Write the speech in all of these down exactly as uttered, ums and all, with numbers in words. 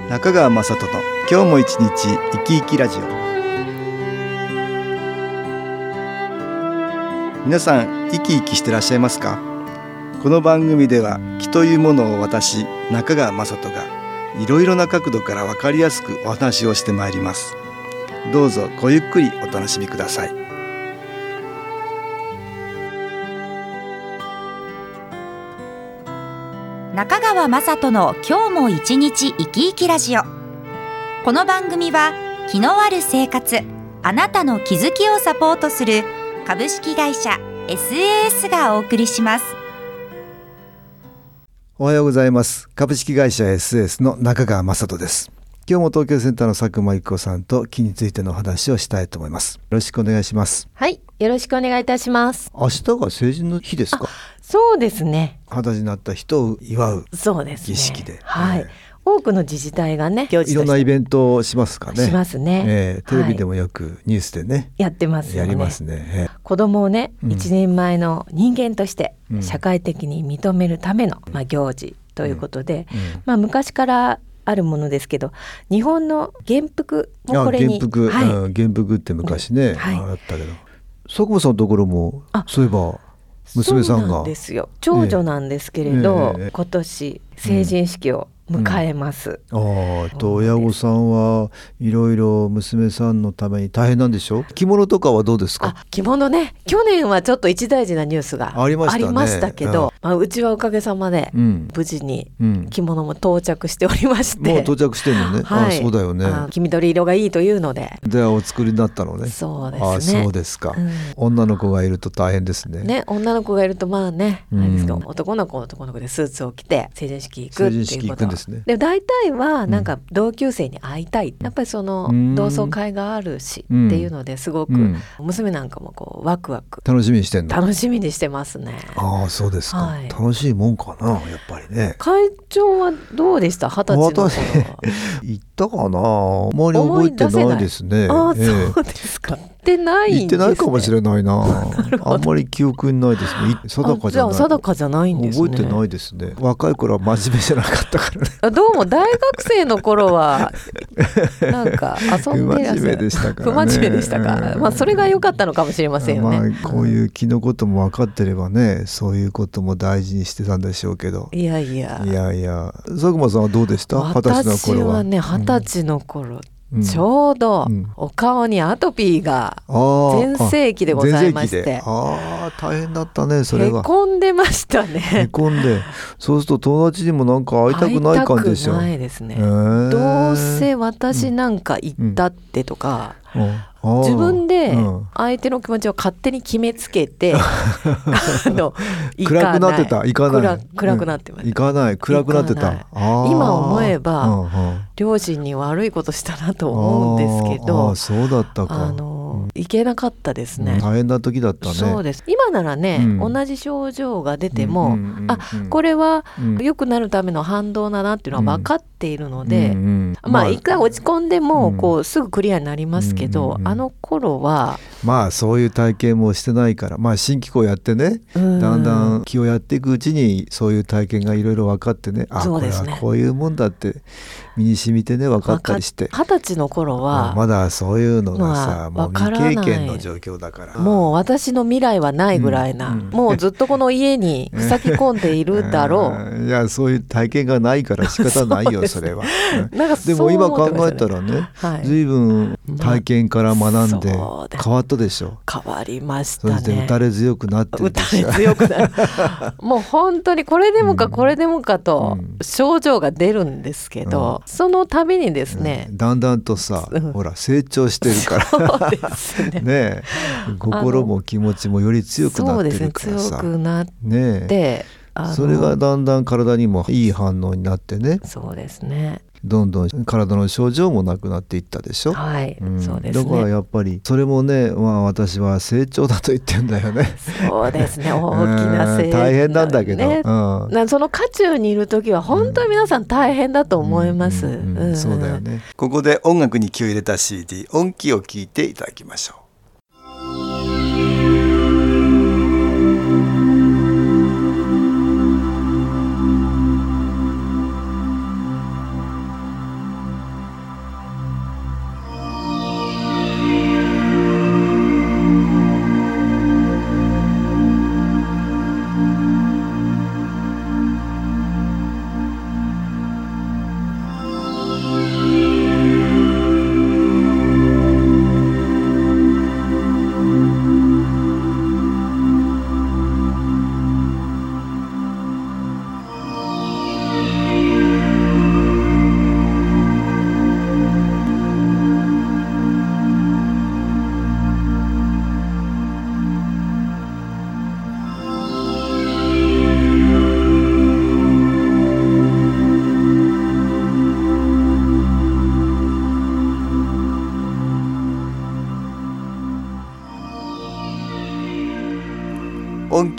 中川雅人の今日も一日生き生きラジオ。皆さん生き生きしてらっしゃいますか？この番組では気というものを私中川雅人がいろいろな角度から分かりやすくお話をしてまいります。どうぞごゆっくりお楽しみください。 中川雅人の今日も一日生き生きラジオ。この番組は気のある生活、あなたの気づきをサポートする株式会社 エスエーエス がお送りします。 おはようございます。株式会社 エスエーエス の中川雅人です。今日も東京センターの佐久間一子さんと気についての話をしたいと思います。よろしくお願いします。 はい、よろしくお願いいたします。 明日が成人の日ですか？ そうですね。 二十歳になった人を祝うそうですね、 儀式で、 はい、 えー多くの自治体がね行事としていろんなイベントをしますかね。 しますね、 えー、テレビでもよくニュースでね、はい、 やってますよね。 やりますね、えー、 子供をね、うん、一人前の人間として社会的に認めるための、 うんまあ、行事ということで、 うんうんまあ、昔からあるものですけど、日本の元服もこれに元服、はい、うん、元服って昔ね、うんはい、あったけど、佐久間さんのところもそういえば娘さんがそうなんですよ。長女なんですけれど、 えーえー、 今年成人式を迎えます、 うん、あと親御さんはいろいろ娘さんのために大変なんでしょう。着物とかはどうですか？ あ、着物ね、去年はちょっと一大事なニュースがありましたね、ありましたけど、うんまあ、うちはおかげさまで無事に着物も到着しておりまして、 うん、もう到着してるのね、はい、あ、そうだよね。 黄緑色がいいというのででお作りになったのね。 そうですね。 あ、そうですか、うん、女の子がいると大変ですね。 ね、女の子がいるとまあね、うん、あれですか、男の子は男の子でスーツを着て成人式行くっていうこと。成人式行くんですね。で大体はなんか同級生に会いたい、やっぱりその同窓会があるしっていうのですごく娘なんかもこうワクワク楽しみにしてんの？楽しみにしてますね。 ああ、そうですか、はい、楽しいもんかな、やっぱりね。 会長はどうでした？二十歳の頃は。 行ったかな、あまり覚えてないですね。 ああ、そうですか。行ってないんですね。 行ってないかもしれないなあんまり記憶にないですね。定かじゃない。 じゃあ定かじゃないんですね。 覚えてないですね。若い頃は真面目じゃなかったからね。 どうも大学生の頃はなんか遊んでいらっしゃる。不真面目でしたからね。不真面目でしたか、うん、まあそれが良かったのかもしれませんよね。 まあ、こういう気のことも分かってればね、そういうことも大事にしてたんでしょうけど。 いやいやいやいや、佐久間さんはどうでした？二十歳の頃は。 私はね、二十歳の頃、うん、ちょうどお顔にアトピーが全盛期でございまして、 ああ、大変だったね。それはへこんでましたね。 へこんで、そうすると友達にもなんか会いたくない感じでしょ。 会いたくないですね。どうせ私なんか行ったってとか、うんうん自分で相手の気持ちを勝手に決めつけて、うん、あの暗くなってた。行かない。 暗, 暗くなってました。 行かない。暗くなってた。 今思えば、うんうん、両親に悪いことしたなと思うんですけど、 ああ、そうだったか。 あの、うん、行けなかったですね、 うん、大変な時だったね。 そうです。今ならね、うん、同じ症状が出ても、うんうんうんうん、あ、これは良くなるための反動だなっていうのは分かっているので、うんうんうん、まあ一回落ち込んでもこうすぐクリアになりますけど、うんうんうん、あの頃はまあそういう体験もしてないから、まあ新機構やってね、だんだん気をやっていくうちにそういう体験がいろいろ分かってね、あ、これはこういうもんだって身に染みてね分かったりして、 二十歳の頃はまだそういうのがさ、もう未経験の状況だから、 もう私の未来はないぐらいな、うんうん、もうずっとこの家に塞ぎ込んでいるだろういや、そういう体験がないから仕方ないよそれは。なんかそう思ってましたね。でも今考えたらね、はい、随分体験から学んで変わったでしょ。 変わりましたね。 そして打たれ強くなってるでしょ。 打たれ強くなるもう本当にこれでもかこれでもかと症状が出るんですけど、うんうん、その度にですね、 うん、だんだんとさ、うん、ほら成長してるからそうですねね、心も気持ちもより強くなってるからさ、 そうですね、強くなって、 ね、それがだんだん体にもいい反応になってね。 そうですね、 どんどん体の症状もなくなっていったでしょ。 はい、うん、そうですね。 だからやっぱりそれもね、まあ、私は成長だと言ってんだよね。 そうですね、大きな成長、 大変なんだけど、ね、 うん、その渦中にいる時は本当に皆さん大変だと思います。 そうだよね。ここで音楽に気を入れた シーディー 音気を聞いていただきましょう。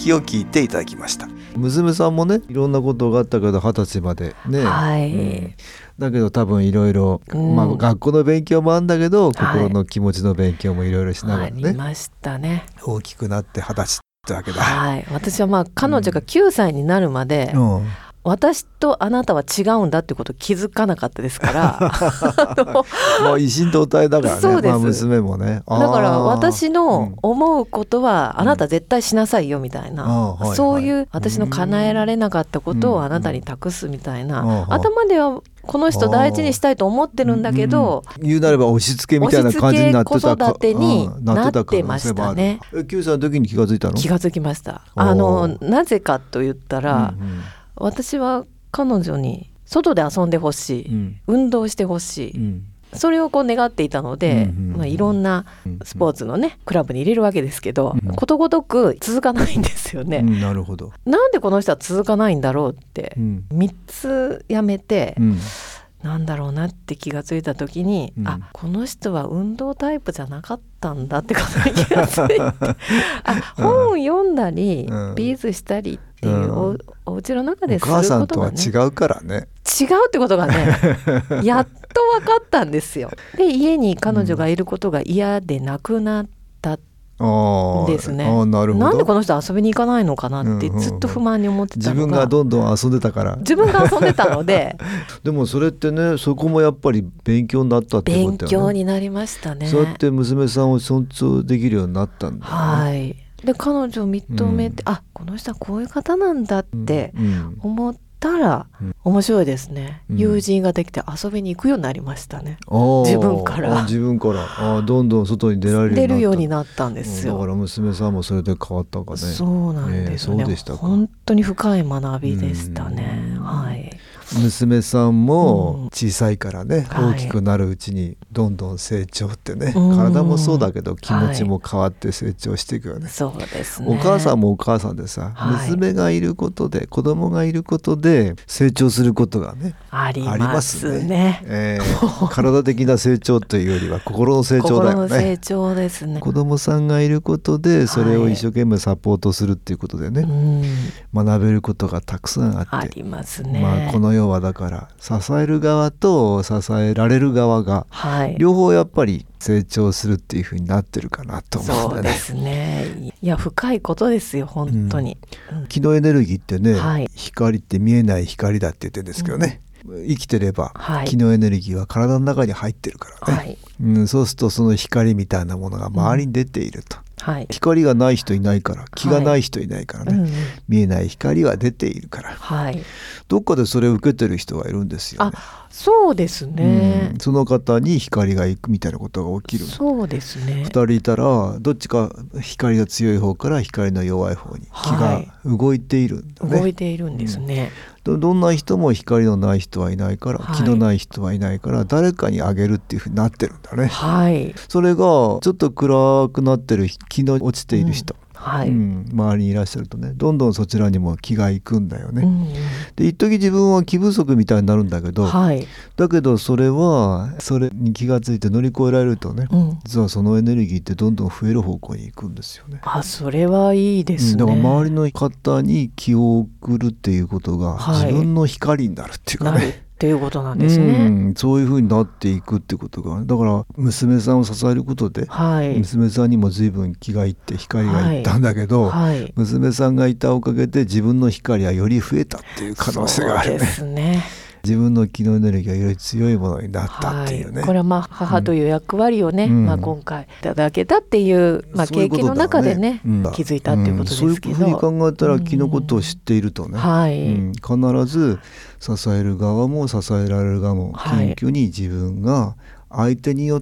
きを聞いていただきました。娘さんもねいろんなことがあったけどはたちまでね、 はい、うん、 だけど多分いろいろ学校の勉強もあるんだけど、心の気持ちの勉強もいろいろしながらね、 ありましたね。 大きくなってはたちってわけだ。 はい、私はまあ彼女がきゅうさいになるまで、うん、私とあなたは違うんだってことを気づかなかったですからもう一心同体だからね。 そうです、 まあ、娘もね。 だから私の思うことはあなた絶対しなさいよみたいな、うん、そういう私の叶えられなかったことをあなたに託すみたいな、うん、頭ではこの人大事にしたいと思ってるんだけど、 うん、言うなれば押し付けみたいな感じになってた、 子育てになってましたね。 きゅうさいの時に気がついたの？ 気がつきました。あのなぜかと言ったら、うんうん、私は彼女に外で遊んでほしい、うん、運動してほしい、うん、それをこう願っていたので、うんうん、まあ、いろんなスポーツのねクラブに入れるわけですけど、うん、ことごとく続かないんですよね、 うん、なるほど。 なんでこの人は続かないんだろうって、うん、みっつやめて、うん、なんだろうなって気がついた時に、うん、あ、この人は運動タイプじゃなかったんだってことに気がついてあ、本読んだり、うん、ビーズしたりっていう お,、うん、お家の中ですることがね、 お母さんとは違うからね、 違うってことがねやっと分かったんですよ。で家に彼女がいることが嫌でなくなったですね。 ああ、なるほど。 なんでこの人遊びに行かないのかなってずっと不満に思ってたのが、 自分がどんどん遊んでたから自分が遊んでたのででもそれってね、そこもやっぱり勉強になったってことだよね。 勉強になりましたね。 そうやって娘さんを尊重できるようになったんだよね。 はい。で彼女を認めて、うん、あ、この人はこういう方なんだって思ったら、うんうん、面白いですね、うん、友人ができて遊びに行くようになりましたね。自分から自分からあどんどん外に出られるようになった。 出るようになったんですよ。 だから娘さんもそれで変わったかね。 そうなんですよね、えー、そうでしたか。本当に深い学びでしたね。はい。 娘さんも小さいからね、うん、大きくなるうちにどんどん成長ってね、はい、体もそうだけど気持ちも変わって成長していくよね、はい、 そうですね。 お母さんもお母さんでさ、はい、娘がいることで子供がいることで成長することがねありますね。 えー、体的な成長というよりは心の成長だよね。 心の成長ですね。 子供さんがいることでそれを一生懸命サポートするっていうことでね、はい、学べることがたくさんあってありますね。 まあ、この世はだから支える側と支えられる側が両方やっぱり成長するっていう風になってるかなと思うんだね。 そうですね。いや深いことですよ本当に、 うん、気のエネルギーってね、はい、光って見えない光だって言ってるんですけどね、うん、生きてれば、はい、気のエネルギーは体の中に入ってるからね、はいうん、そうするとその光みたいなものが周りに出ていると、うんはい、光がない人いないから気がない人いないからね、はいうん、見えない光は出ているから、はい、どっかでそれを受けてる人がいるんですよね。 あ、そうですね、 うん、その方に光が行くみたいなことが起きる。 そうですね。 ふたりいたらどっちか光が強い方から光の弱い方に気が動いているんだね、 はい、動いているんですね、 うん、ど, どんな人も光のない人はいないから、はい、気のない人はいないから誰かにあげるっていう風になってるんだね、はい、それがちょっと暗くなってる気の落ちている人、うんはいうん、周りにいらっしゃるとねどんどんそちらにも気がいくんだよね、うん、で一時自分は気不足みたいになるんだけど、はい、だけどそれはそれに気がついて乗り越えられるとね、うん、実はそのエネルギーってどんどん増える方向に行くんですよね。 あ、それはいいですね、うん、 だから周りの方に気を送るっていうことが自分の光になるっていうかね、はいっていうことなんですね、 うん、そういう風になっていくってことが、ね、だから娘さんを支えることで、はい、娘さんにも随分気がいって光がいったんだけど、はいはい、娘さんがいたおかげで自分の光はより増えたっていう可能性があるね。 そうですね。 自分の気のエネルギーがより強いものになったっていうね、 はい、これはまあ母という役割をね、うんまあ、今回いただけたっていう、まあ、経験の中でね、うん、気づいたっていうことですけど、うん、そういうふうに考えたら気のことを知っているとね、うんはいうん、必ず支える側も支えられる側も謙虚に自分が相手によって、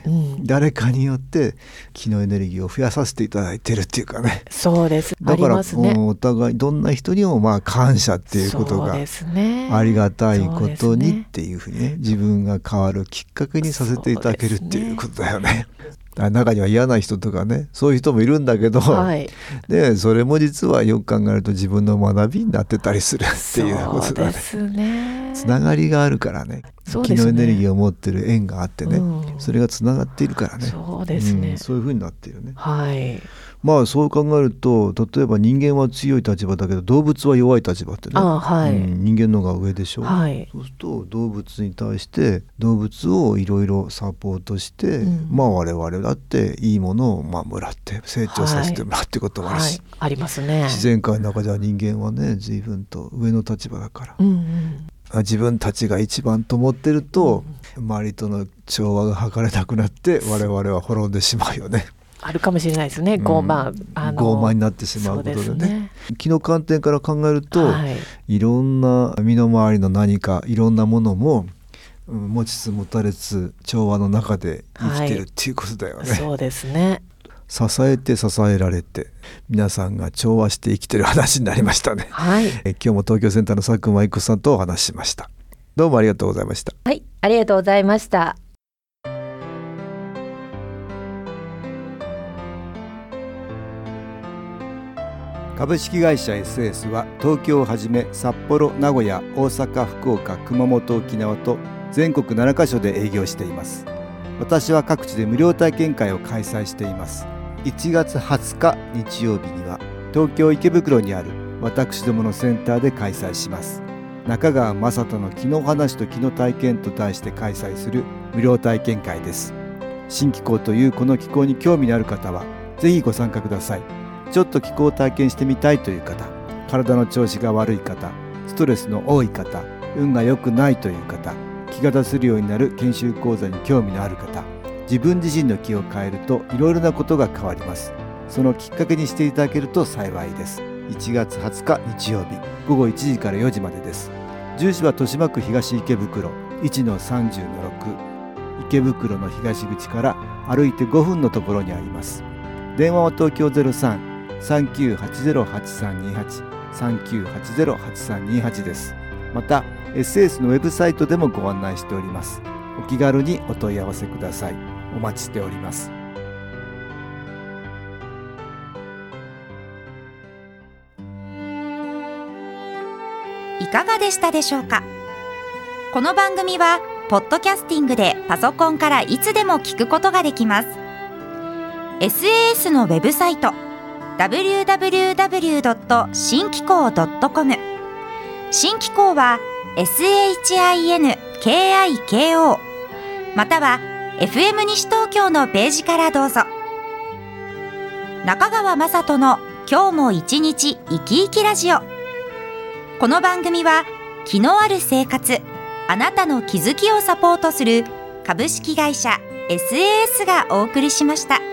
うん、誰かによって気のエネルギーを増やさせていただいてるっていうかね。 そうです。 だからありますね、 お互いどんな人にもまあ感謝っていうことがありがたいことにっていうふうにね、自分が変わるきっかけにさせていただけるっていうことだよね。中には嫌な人とかねそういう人もいるんだけど、はい、でそれも実はよく考えると自分の学びになってたりするっていうことだね。そうですね。つながりがあるからね。そうですね。気のエネルギーを持ってる縁があってね、うん、それがつながっているからね。 そうですね、 うん、そういう風になっているね。 はい。 まあそう考えると、例えば人間は強い立場だけど動物は弱い立場ってね、 あ、はい、 うん、人間の方が上でしょ、 はい、 そうすると動物に対して動物をいろいろサポートして、うん、まあ我々だっていいものをまあもらって成長させてもらうってこともあるし、 はいはい、ありますね。 自然界の中では人間はね随分と上の立場だから、うんうん、自分たちが一番と思ってると、うん、周りとの調和が図れなくなって我々は滅んでしまうよね。 あるかもしれないですね、傲慢、うん、あの傲慢になってしまうことでね。ね、気の観点から考えると、はい、いろんな身の回りの何かいろんなものも、うん、持ちつ持たれつ調和の中で生きてるっていうことだよね、はい、 そうですね。 支えて支えられて皆さんが調和して生きてる話になりましたね、はい、え今日も東京センターの佐久間育さんとお話ししました。どうもありがとうございました。 はい、ありがとうございました。 株式会社 エスエス は東京をはじめ札幌、名古屋、大阪、福岡、熊本、沖縄と全国ななカ所で営業しています。私は各地で無料体験会を開催しています。いちがつはつか日曜日には東京池袋にある私どものセンターで開催します。中川雅人の気の話と気の体験と題して開催する無料体験会です。新気候というこの気候に興味のある方はぜひご参加ください。ちょっと気候を体験してみたいという方、体の調子が悪い方、ストレスの多い方、運が良くないという方、気が出せるようになる研修講座に興味のある方、自分自身の気を変えるといろいろなことが変わります。そのきっかけにしていただけると幸いです。いちがつはつか日曜日ごごいちじからよじまでです。住所は豊島区東池袋 いちのさんじゅうのろく、 池袋の東口から歩いてごふんのところにあります。電話は東京 ゼロさん さんきゅうはちゼロ はちさんにはち さんきゅうはちゼロ はちさんにはち です。また エスエス のウェブサイトでもご案内しております。お気軽にお問い合わせください。お待ちしております。 いかがでしたでしょうか。この番組はポッドキャスティングでパソコンからいつでも聞くことができます。 エスエーエス のウェブサイト ダブリューダブリューダブリュードットシンキコードットコム、 新気候は エスエイチアイエヌケーアイケーオー または エフエム 西東京のページからどうぞ。中川雅人の今日も一日生き生きラジオ。この番組は気のある生活、あなたの気づきをサポートする株式会社 エスエーエス がお送りしました。